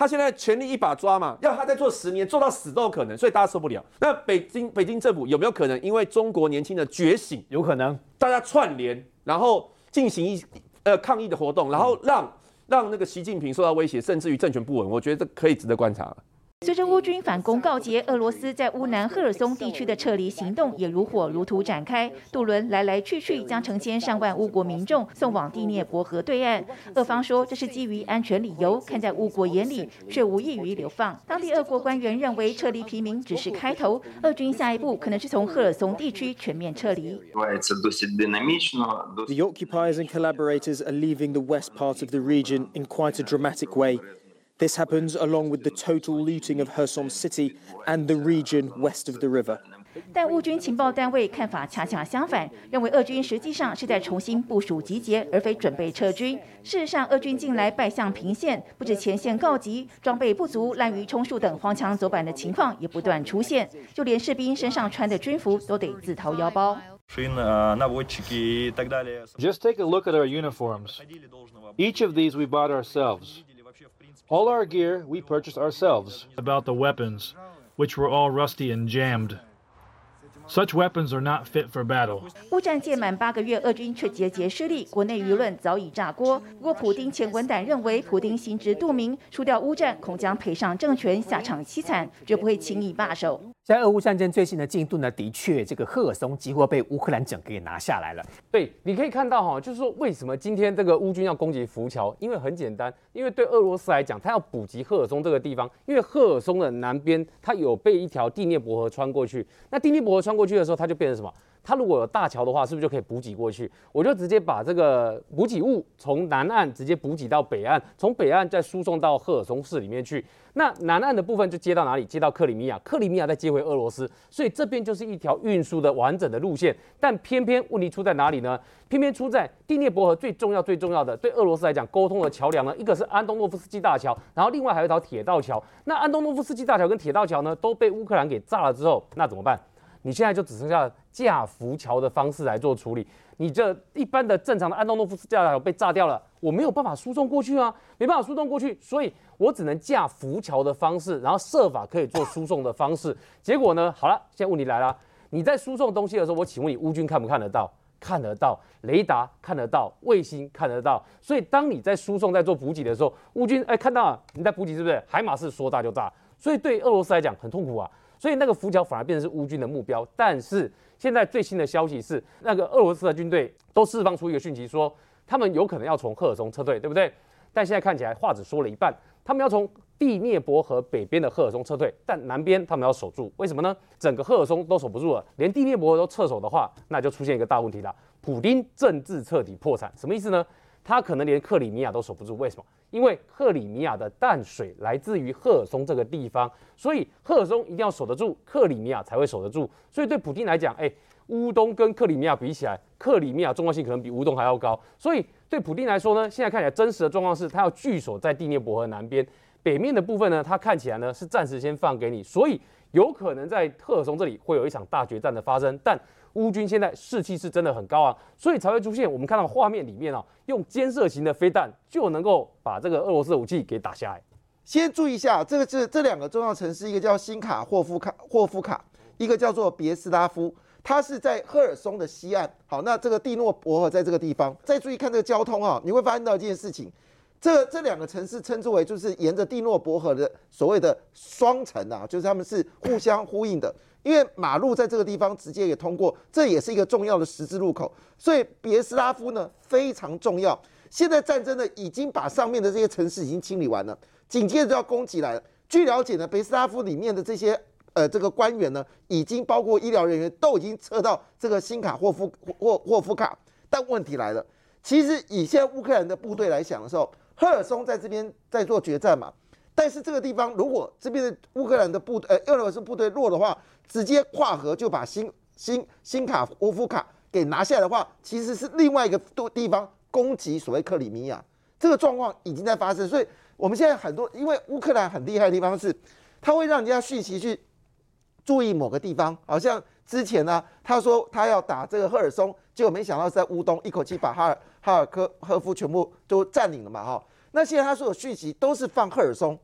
他现在权力一把抓嘛，要他再做十年，做到死都有可能，所以大家受不了。那北京北京政府有没有可能因为中国年轻的觉醒， 有可能大家串联，然后进行一呃抗议的活动，然后让让那个习近平受到威胁，甚至于政权不稳？我觉得这可以值得观察。 随着乌军反攻告捷，俄罗斯在乌南赫尔松地区的撤离行动也如火如荼展开。渡轮来来去去，将成千上万乌国民众送往第聂伯河对岸。俄方说这是基于安全理由，看在乌国眼里，却无异于流放。当地俄国官员认为，撤离平民只是开头，俄军下一步可能是从赫尔松地区全面撤离。 The occupiers and collaborators are leaving the west part of the region in quite a dramatic way. This happens along with the total looting of Kherson City and the region west of the river. 但乌军情报单位看法恰恰相反，认为俄军实际上是在重新部署集结，而非准备撤军。事实上，俄军近来败相频现，不止前线告急，装备不足、滥竽充数等荒腔走板的情况也不断出现，就连士兵身上穿的军服都得自掏腰包。 Just take a look at our uniforms. Each of these we bought ourselves. All our gear we purchased ourselves. About the weapons, which were all rusty and jammed. Such weapons are not fit for battle. 乌战届满八个月，俄军却节节失利，国内舆论早已炸锅。不过，普丁前文胆认为，普丁心知肚明，输掉乌战恐将赔上政权，下场凄惨，绝不会轻易罢手。 现在俄乌战争最新的进度呢，的确这个赫尔松几乎被乌克兰整个给拿下来了。 对，你可以看到哈，就是说为什么今天这个乌军要攻击浮桥？因为很简单，因为对俄罗斯来讲，他要补给赫尔松这个地方，因为赫尔松的南边它有被一条第聂伯河穿过去，那第聂伯河穿过去的时候，它就变成什么？它如果有大桥的话，是不是就可以补给过去？我就直接把这个补给物从南岸直接补给到北岸，从北岸再输送到赫尔松市里面去。那南岸的部分就接到哪里？接到克里米亚，克里米亚再接回俄罗斯，所以这边就是一条运输的完整的路线。但偏偏问题出在哪里呢？偏偏出在第聂伯河最重要、最重要的对俄罗斯来讲沟通的桥梁呢，一个是安东诺夫斯基大桥，然后另外还有一条铁道桥。那安东诺夫斯基大桥跟铁道桥呢，都被乌克兰给炸了之后，那怎么办？你现在就只剩下架浮桥的方式来做处理。你这一般的正常的安东诺夫斯基大桥被炸掉了，我没有办法输送过去啊，没办法输送过去，所以我只能架浮桥的方式，然后设法可以做输送的方式。结果呢，好了，现在问题来了，你在输送东西的时候，我请问你，乌军看不看得到？看得到，雷达看得到，卫星看得到。所以当你在输送、在做补给的时候，乌军哎看到了你在补给，是不是？海马式说炸就炸，所以对俄罗斯来讲很痛苦啊。所以那个浮桥反而变成是乌军的目标，但是现在最新的消息是，那个俄罗斯的军队都释放出一个讯息，说他们有可能要从赫尔松撤退，对不对？但现在看起来话只说了一半，他们要从第聂伯河北边的赫尔松撤退，但南边他们要守住，为什么呢？整个赫尔松都守不住了，连第聂伯河都撤守的话，那就出现一个大问题了，普丁政治彻底破产，什么意思呢？他可能连克里米亚都守不住，为什么？因为克里米亚的淡水来自于赫尔松这个地方，所以赫尔松一定要守得住，克里米亚才会守得住。所以对普丁来讲，哎，乌东跟克里米亚比起来，克里米亚重要性可能比乌东还要高。所以对普丁来说呢，现在看起来真实的状况是，他要据守在第聂伯河南边，北面的部分呢，他看起来呢是暂时先放给你，所以有可能在赫尔松这里会有一场大决战的发生，但乌军现在士气是真的很高啊，所以才会出现我们看到画面里面啊，用肩射型的飞弹就能够把这个俄罗斯的武器给打下来。 先注意一下，这个是这两个重要城市，一个叫新卡霍夫卡霍夫卡，一个叫做别斯拉夫，它是在赫尔松的西岸。好，那这个第诺伯河在这个地方。再注意看这个交通啊，你会发现到一件事情，这这两个城市称之为就是沿着第诺伯河的所谓的双城啊，就是他们是互相呼应的。因为马路在这个地方直接也通过，这也是一个重要的十字路口，所以别斯拉夫呢非常重要。现在战争呢已经把上面的这些城市已经清理完了，紧接着就要攻击来了。据了解呢，别斯拉夫里面的这些呃这个官员呢，已经包括医疗人员都已经撤到这个新卡霍夫霍霍夫卡。但问题来了，其实以现在乌克兰的部队来讲的时候，赫尔松在这边在做决战嘛。但是这个地方，如果这边的乌克兰的部呃俄罗斯部队弱的话，直接跨河就把新新新卡霍夫卡给拿下来的话，其实是另外一个地方攻击所谓克里米亚，这个状况已经在发生。所以我们现在很多，因为乌克兰很厉害的地方是，他会让人家讯息去注意某个地方，好像之前呢、啊，他说他要打这个赫尔松，结果没想到是在乌东，一口气把哈尔哈尔科科夫全部都占领了嘛，哈。那现在他所有讯息都是放赫尔松，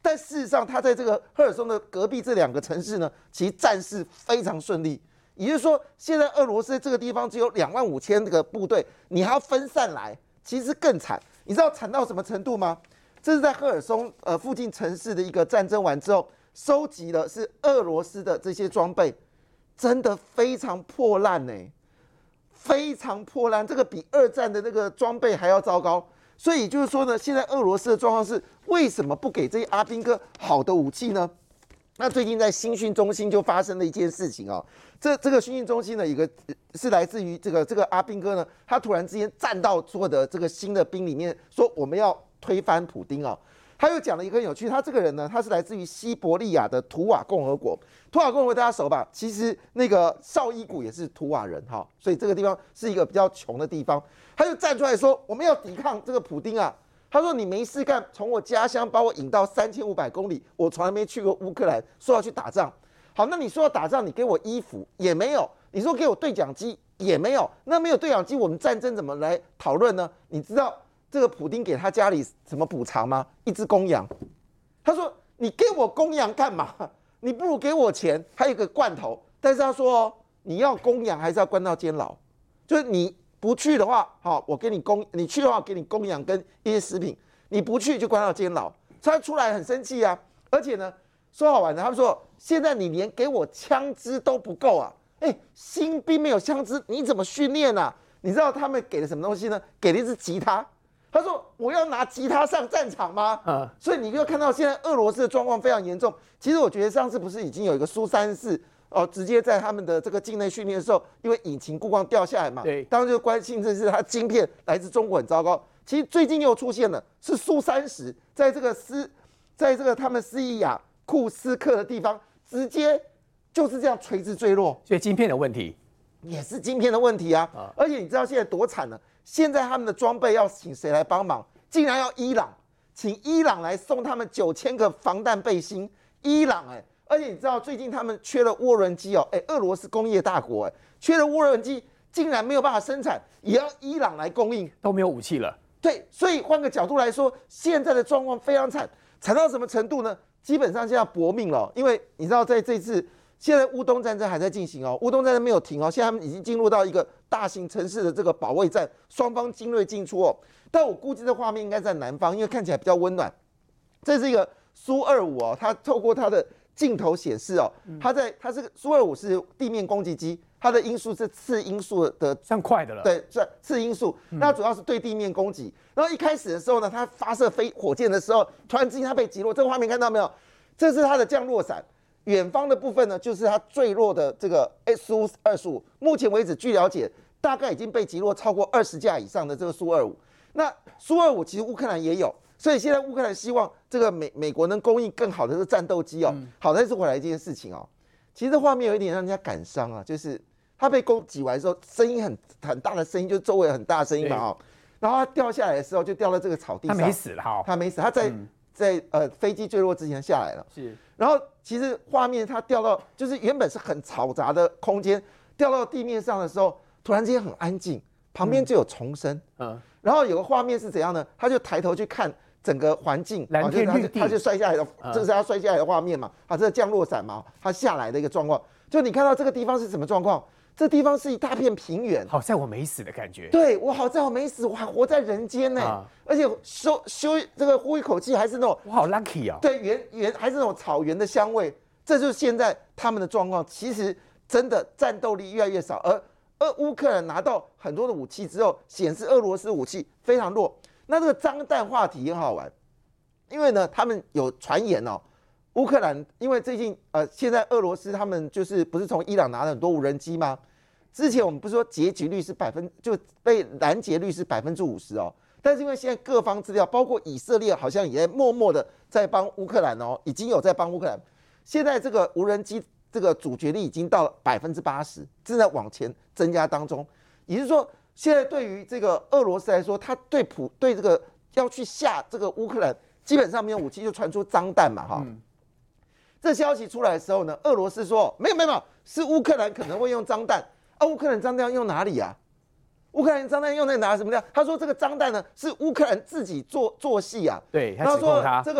但事实上，他在这个赫尔松的隔壁这两个城市呢，其实战事非常顺利。也就是说，现在俄罗斯这个地方只有两万五千个部队，你还要分散来，其实更惨。你知道惨到什么程度吗？这是在赫尔松呃附近城市的一个战争完之后，收集的是俄罗斯的这些装备，真的非常破烂呢、欸，非常破烂，这个比二战的那个装备还要糟糕。所以就是说呢，现在俄罗斯的状况是为什么不给这些阿兵哥好的武器呢？那最近在新训中心就发生了一件事情哦，这这个新训中心呢，有个是来自于这个这个阿兵哥呢，他突然之间站到所有的这个新的兵里面，说我们要推翻普丁哦。他又讲了一个很有趣，他这个人呢，他是来自于西伯利亚的图瓦共和国。图瓦共和国大家熟吧？其实那个绍伊古也是图瓦人哈，所以这个地方是一个比较穷的地方。他就站出来说，我们要抵抗这个普丁啊。他说：“你没事干，从我家乡把我引到三千五百公里，我从来没去过乌克兰，说要去打仗。好，那你说要打仗，你给我衣服也没有，你说给我对讲机也没有，那没有对讲机，我们战争怎么来讨论呢？你知道这个普丁给他家里什么补偿吗？一只公羊。他说：你给我公羊干嘛？你不如给我钱，还有一个罐头。但是他说哦，你要公羊还是要关到监牢？就是你。”不去的话，好，我给你供；你去的话，给你供养跟一些食品；你不去就关到监牢。他出来很生气啊，而且呢，说好玩的，他们说现在你连给我枪支都不够啊！哎，新兵没有枪支，你怎么训练啊？你知道他们给了什么东西呢？给了一支吉他。他说我要拿吉他上战场吗？啊，所以你就看到现在俄罗斯的状况非常严重。其实我觉得上次不是已经有一个苏三十四。哦，直接在他们的这个境内训练的时候，因为引擎故障掉下来嘛，对，当然就关心的是它晶片来自中国很糟糕。其实最近又出现了，是苏三十在这个斯，在这个他们斯伊亚库斯克的地方，直接就是这样垂直坠落。 所以晶片的问题也是晶片的问题啊！啊而且你知道现在多惨呢？现在他们的装备要请谁来帮忙？竟然要伊朗，请伊朗来送他们九千个防弹背心。伊朗哎、欸。而且你知道最近他们缺了涡轮机哦，哎，俄罗斯工业大国哎，缺了涡轮机，竟然没有办法生产，也要伊朗来供应， 都没有武器了。 对，所以换个角度来说，现在的状况非常惨，惨到什么程度呢？基本上现在搏命了，因为你知道在这次现在乌东战争还在进行哦，乌东战争没有停哦，现在他们已经进入到一个大型城市的这个保卫战，双方精锐进出哦。但我估计这画面应该在南方，因为看起来比较温暖。这是一个苏二五哦，它透过它的镜头显示哦，它在它这个苏二五是地面攻击机，它的音速是次音速的， 算快的了。 对，算次音速。那主要是对地面攻击。然后一开始的时候呢，它发射飞火箭的时候，突然之间它被击落。这个画面看到没有？这是它的降落伞。远方的部分呢，就是它坠落的这个苏二十五。目前为止，据了解，大概已经被击落超过二十架以上的这个苏二五。那苏二五其实乌克兰也有。所以现在乌克兰希望这个美美国能供应更好的这个战斗机哦。嗯、好，但是回来一件事情哦，其实这画面有一点让人家感伤啊，就是他被攻击完之后，声音很很大的声音，就是周围很大的声音嘛哦。然后他掉下来的时候，就掉到这个草地上。 他没死了哈， 他没死，他在、嗯、在呃飞机坠落之前下来了。 是。 然后其实画面他掉到就是原本是很嘈杂的空间，掉到地面上的时候，突然之间很安静，旁边就有虫声。嗯。然后有个画面是怎样呢？他就抬头去看。整个环境， 蓝天绿地， 他就摔下来的，这是他摔下来的画面嘛？啊，这个降落伞嘛，他下来的一个状况。就你看到这个地方是什么状况？这地方是一大片平原， 好在我没死的感觉。 对我好在我没死，我还活在人间呢、欸啊，而且休休这个呼一口气还是那种， 我好 lucky 啊。 对，原原还是那种草原的香味，这就是现在他们的状况。其实真的战斗力越来越少，而而乌克兰拿到很多的武器之后，显示俄罗斯武器非常弱。那这个脏弹话题很好玩，因为呢，他们有传言哦，乌克兰因为最近呃，现在俄罗斯他们就是不是从伊朗拿了很多无人机吗？之前我们不是说结局率是百分就被拦截率是百分之五十哦，但是因为现在各方资料，包括以色列好像也在默默的在帮乌克兰哦，已经有在帮乌克兰，现在这个无人机这个主角力已经到了百分之八十，正在往前增加当中，也就是说。现在对于这个俄罗斯来说，他对普对这个要去下这个乌克兰，基本上没有武器，就传出脏弹嘛哈。嗯、这消息出来的时候呢，俄罗斯说没有没有没有，是乌克兰可能会用脏弹啊。乌克兰脏弹用哪里啊？乌克兰脏弹用在哪什么的？他说这个脏弹呢是乌克兰自己做做戏啊。 对， 他说这个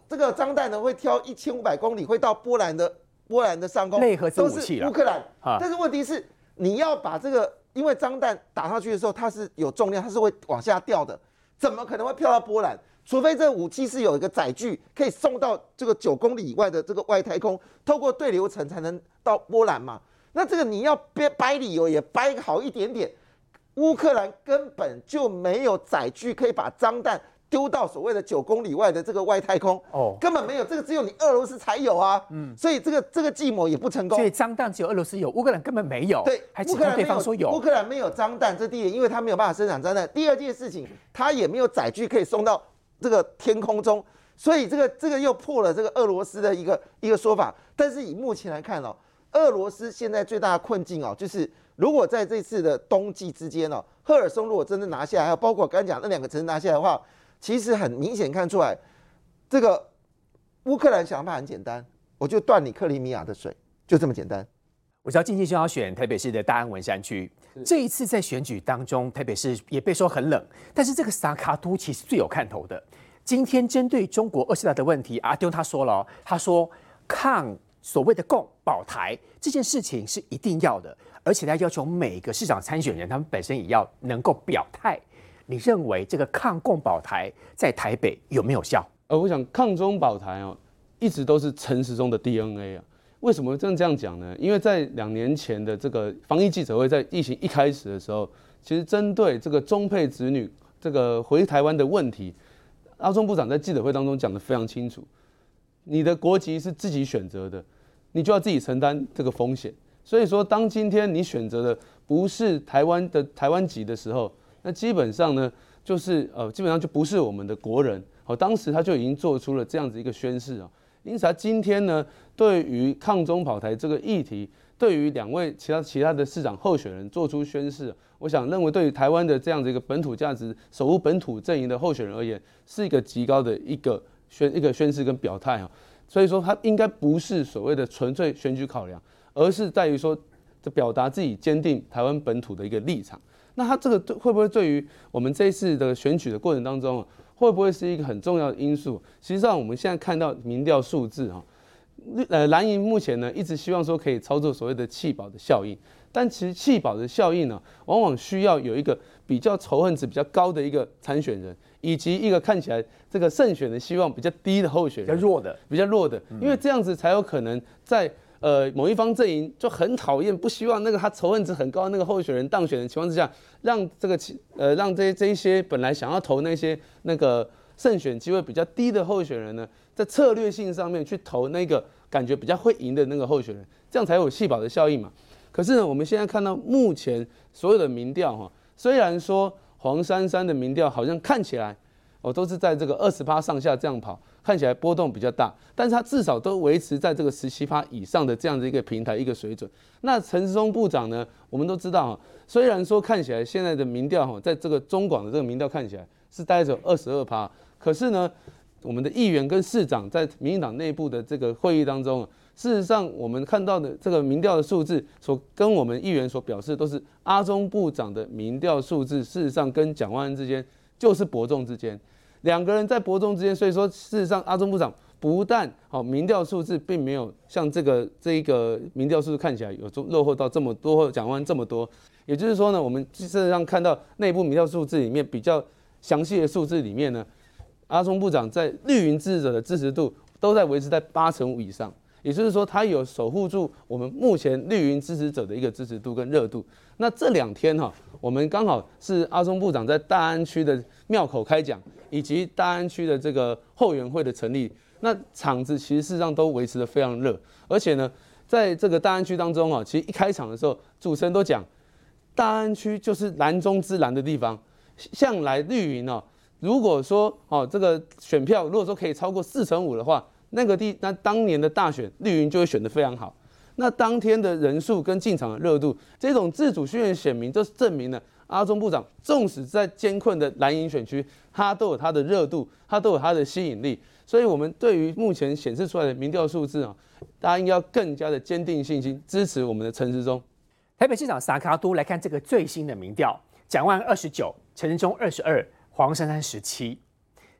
这个张岱呢会挑一千五百公里会到波兰的波兰的上空， 类核子武器都是乌克兰。 啊、 但是问题是你要把这个，因为张岱打上去的时候它是有重量，它是会往下掉的，怎么可能会飘到波兰？除非这个武器是有一个载具可以送到这个九公里以外的这个外太空，透过对流层才能到波兰嘛。那这个你要掰理由也掰好一点点。乌克兰根本就没有载具可以把张岱丢到所谓的九公里外的这个外太空，哦，根本没有，这个只有你俄罗斯才有啊。嗯，所以这个这个计谋也不成功。 所以张岱只有俄罗斯有，乌克兰根本没有。 对， 还指控对方说有。 乌克兰没有张岱，这第一点，因为他没有办法生产张岱。第二件事情，他也没有载具可以送到这个天空中，所以这个这个又破了这个俄罗斯的一个一个说法。但是以目前来看哦，俄罗斯现在最大的困境哦，就是如果在这次的冬季之间哦，赫尔松如果真的拿下来，还有包括我刚才讲那两个城市拿下来的话，其实很明显看出来，这个乌克兰想法很简单，我就断你克里米亚的水，就这么简单。 我知道经济就要选台北市的大安文山区，这一次在选举当中，台北市也被说很冷，但是这个萨卡都其实最有看头的。今天针对中国二十大的问题，阿丢他说了，他说抗所谓的共保台这件事情是一定要的，而且他要求每个市长参选人他们本身也要能够表态。你认为这个抗共保台在台北有没有效？ 呃，我想抗中保台哦，一直都是陈时中的 D N A 啊。为什么这样这样讲呢？因为在两年前的这个防疫记者会，在疫情一开始的时候，其实针对这个中配子女这个回台湾的问题，阿中部长在记者会当中讲得非常清楚，你的国籍是自己选择的，你就要自己承担这个风险。所以说，当今天你选择的不是台湾的台湾籍的时候，那基本上呢，就是呃，基本上就不是我们的国人。好，当时他就已经做出了这样子一个宣示啊。因此，他今天呢，对于抗中保台这个议题，对于两位其他其他的市长候选人做出宣示，我想认为对于台湾的这样子一个本土价值、守护本土阵营的候选人而言，是一个极高的一个宣一个宣示跟表态啊。所以说，他应该不是所谓的纯粹选举考量，而是在于说，这表达自己坚定台湾本土的一个立场。那他这个会不会对于我们这一次的选举的过程当中，会不会是一个很重要的因素？实际上，我们现在看到民调数字哈，呃，蓝营目前呢一直希望说可以操作所谓的弃保的效应，但其实弃保的效应呢，往往需要有一个比较仇恨值比较高的一个参选人，以及一个看起来这个胜选的希望比较低的候选人， 比较弱的， 比较弱的，因为这样子才有可能在。呃，某一方阵营就很讨厌，不希望那个他仇恨值很高的那个候选人当选的情况之下，让这个呃让这这一些本来想要投那些那个胜选机会比较低的候选人呢，在策略性上面去投那个感觉比较会赢的那个候选人，这样才有弃保的效应嘛。可是呢，我们现在看到目前所有的民调哈，虽然说黄珊珊的民调好像看起来哦都是在这个二十趴上下这样跑。看起来波动比较大，但是它至少都维持在这个十七趴以上的这样的一个平台一个水准。那陈时中部长呢，我们都知道哈，虽然说看起来现在的民调哈，在这个中广的这个民调看起来是大概只有二十二趴，可是呢，我们的议员跟市长在民进党内部的这个会议当中，事实上我们看到的这个民调的数字，所跟我们议员所表示都是阿中部长的民调数字，事实上跟蒋万安之间就是伯仲之间。两个人在伯仲之间，所以说事实上阿中部长不但好民调数字并没有像这个这一个民调数字看起来有落后到这么多，或蒋万安这么多，也就是说呢，我们事实上看到内部民调数字里面比较详细的数字里面呢，阿中部长在绿营支持者的支持度都在维持在八成五以上，也就是说他有守护住我们目前绿营支持者的一个支持度跟热度。那这两天哈，我们刚好是阿中部长在大安区的庙口开讲。以及大安区的这个后援会的成立，那场子其实事实上都维持得非常热，而且呢，在这个大安区当中啊，其实一开场的时候，主持人都讲，大安区就是蓝中之蓝的地方，向来绿营哦，如果说哦这个选票如果说可以超过四成五的话，那个地那当年的大选绿营就会选得非常好。那当天的人数跟进场的热度，这种自主训练选民，就证明了阿中部长纵使在艰困的蓝营选区，他都有他的热度，他都有他的吸引力。所以，我们对于目前显示出来的民调数字啊，大家应该要更加的坚定信心，支持我们的陈时中。 台北市长萨卡都来看这个最新的民调，蒋万安二十九，陈时中二十二，黄珊珊十七。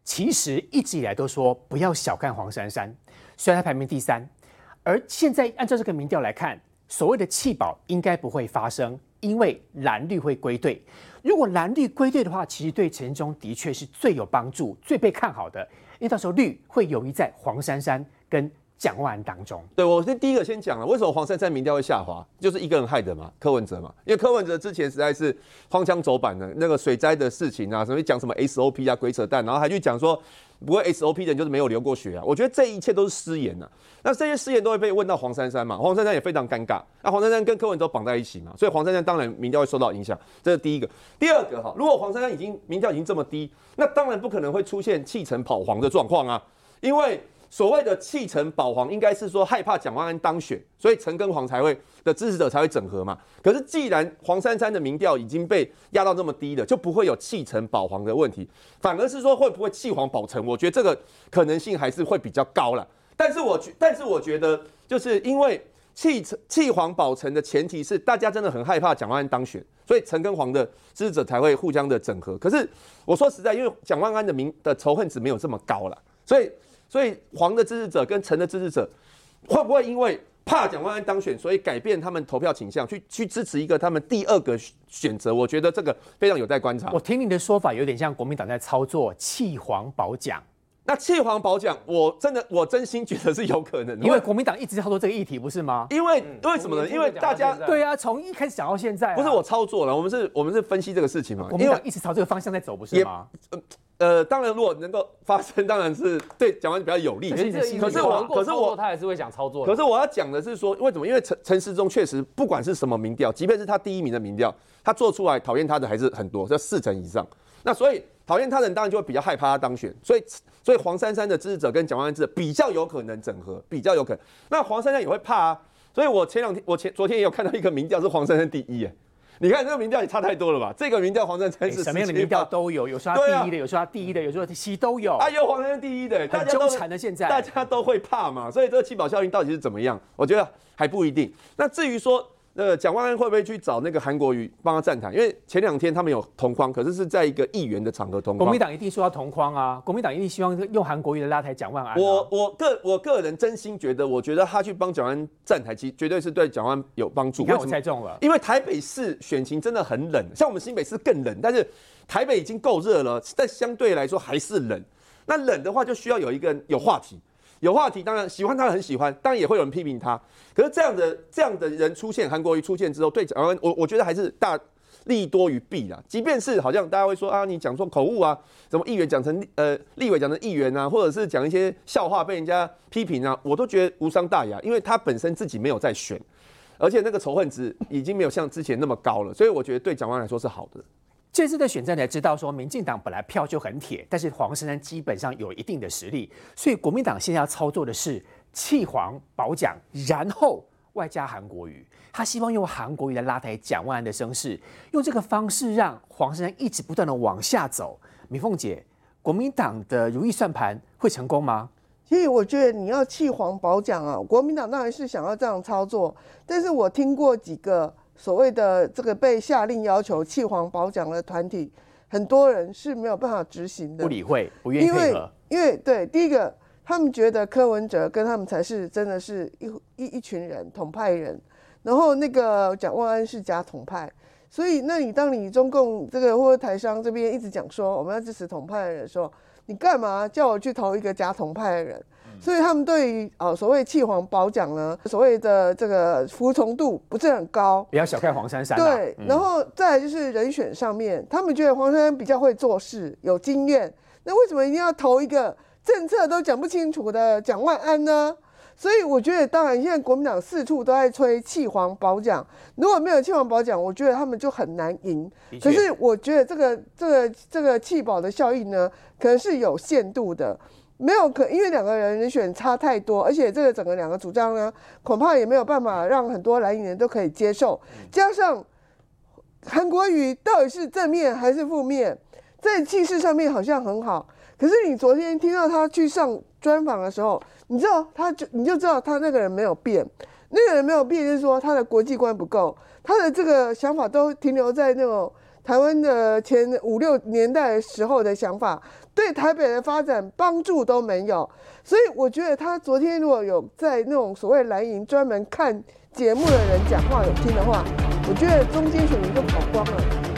其实一直以来都说不要小看黄珊珊，虽然她排名第三，而现在按照这个民调来看，所谓的弃保应该不会发生，因为蓝绿会归队。如果蓝绿归队的话，其实对陈时中的确是最有帮助、最被看好的，因为到时候绿会游移在黄珊珊跟蒋万安当中。 对，我先第一个先讲了，为什么黄珊珊民调会下滑，就是一个人害的嘛，柯文哲嘛。因为柯文哲之前实在是荒腔走板的，那个水灾的事情啊，什么讲什么 S O P 啊，鬼扯淡，然后还去讲说不会 S O P 的人就是没有流过血啊。我觉得这一切都是失言啊。那这些失言都会被问到黄珊珊嘛，黄珊珊也非常尴尬。那黄珊珊跟柯文哲绑在一起嘛，所以黄珊珊当然民调会受到影响，这是第一个。第二个哈，如果黄珊珊已经民调已经这么低，那当然不可能会出现弃城跑黄的状况啊，因为所谓的弃城保黄，应该是说害怕蒋万安当选，所以陈跟黄才会的支持者才会整合嘛。可是既然黄珊珊的民调已经被压到这么低了，就不会有弃城保黄的问题，反而是说会不会弃黄保陈？我觉得这个可能性还是会比较高啦。但是我觉，但是我觉得，就是因为弃弃黄保陈的前提是大家真的很害怕蒋万安当选，所以陈跟黄的支持者才会互相的整合。可是我说实在，因为蒋万安的民的仇恨值没有这么高啦，所以。所以黄的支持者跟陈的支持者会不会因为怕蒋万安当选，所以改变他们投票倾向，去去支持一个他们第二个选择？我觉得这个非常有待观察。 我听你的说法有点像国民党在操作弃黄保蒋。 那弃黄保蒋，我真的我真心觉得是有可能的， 因为国民党一直操作这个议题，不是吗？ 因为、嗯、为什么呢？因为大家对啊，从一开始讲到现在、啊， 不是我操作了，我们是我们是分析这个事情嘛。 国民党一直朝这个方向在走，不是吗？ 呃，当然，如果能够发生，当然是对蒋万安比较有利。 可是可是我，可是我，他还是会想操作。 可是我要讲的是说，为什么？因为陈陈时中确实，不管是什么民调，即便是他第一名的民调，他做出来讨厌他的还是很多，这四成以上。那所以讨厌他的人当然就会比较害怕他当选。所以，所以黄珊珊的支持者跟蒋万安支持者比较有可能整合，比较有可能。那黄珊珊也会怕啊。所以我前两天，我前昨天也有看到一个民调是黄珊珊第一，哎。你看这个民调也差太多了吧？这个民调黄珊珊是什么样的民调都有，有说他第一的，有说他第一的，有说他其都有。 啊，有黄珊珊第一的， 很纠缠的现在， 大家都会怕嘛，所以这个弃保效应到底是怎么样？我觉得还不一定。那至于说，呃，蒋万安会不会去找那个韩国瑜帮他站台？因为前两天他们有同框，可是是在一个议员的场合同框。 国民党一定说要同框啊，国民党一定希望用韩国瑜的拉抬蒋万安、啊。 我我个我个人真心觉得，我觉得他去帮蒋万安站台，其实绝对是对蒋万安有帮助。 你看我猜中了， 因为台北市选情真的很冷，像我们新北市更冷，但是台北已经够热了，但相对来说还是冷。那冷的话，就需要有一个有话题。有话题，当然喜欢他很喜欢，当然也会有人批评他。可是这样的这样的人出现，韩国瑜出现之后，对蒋万安，我我觉得还是大利多于弊啦。即便是好像大家会说啊，你讲错口误啊，什么议员讲成呃立委讲成议员啊，或者是讲一些笑话被人家批评啊，我都觉得无伤大雅，因为他本身自己没有在选，而且那个仇恨值已经没有像之前那么高了，所以我觉得对蒋万安来说是好的。 这次的选战才知道说，民进党本来票就很铁，但是黄珊珊基本上有一定的实力，所以国民党现在要操作的是弃黄保蒋，然后外加韩国瑜，他希望用韩国瑜来拉抬蒋万安的声势，用这个方式让黄珊珊一直不断的往下走。米凤姐，国民党的如意算盘会成功吗？ 其实我觉得你要弃黄保蒋啊，国民党当然是想要这样操作，但是我听过几个所谓的这个被下令要求弃黄保蒋的团体，很多人是没有办法执行的， 不理会，不愿意配合。 因为，因为对第一个，他们觉得柯文哲跟他们才是真的是一一一群人统派人，然后那个蒋万安是假统派，所以那你当你中共这个或者台商这边一直讲说我们要支持统派的人的时候，你干嘛叫我去投一个假统派的人？所以他们对于呃所谓弃黄保蒋呢，所谓的这个服从度不是很高。 不要小看黄珊珊、 啊。对，嗯、然后再来就是人选上面，他们觉得黄珊珊比较会做事，有经验。那为什么一定要投一个政策都讲不清楚的蒋万安呢？所以我觉得，当然现在国民党四处都在吹弃黄保蒋，如果没有弃黄保蒋，我觉得他们就很难赢。可是我觉得这个这个这个弃保的效应呢，可能是有限度的。没有可，因为两个人人选差太多，而且这个整个两个主张呢，恐怕也没有办法让很多蓝营人都可以接受。加上韩国瑜到底是正面还是负面，在气势上面好像很好，可是你昨天听到他去上专访的时候，你知道他就你就知道他那个人没有变，那个人没有变，就是说他的国际观不够，他的这个想法都停留在那种台湾的前五六年代的时候的想法。 对台北的发展帮助都没有。所以我觉得他昨天如果有在那种所谓蓝营专门看节目的人讲话有听的话，我觉得中间选民就跑光了。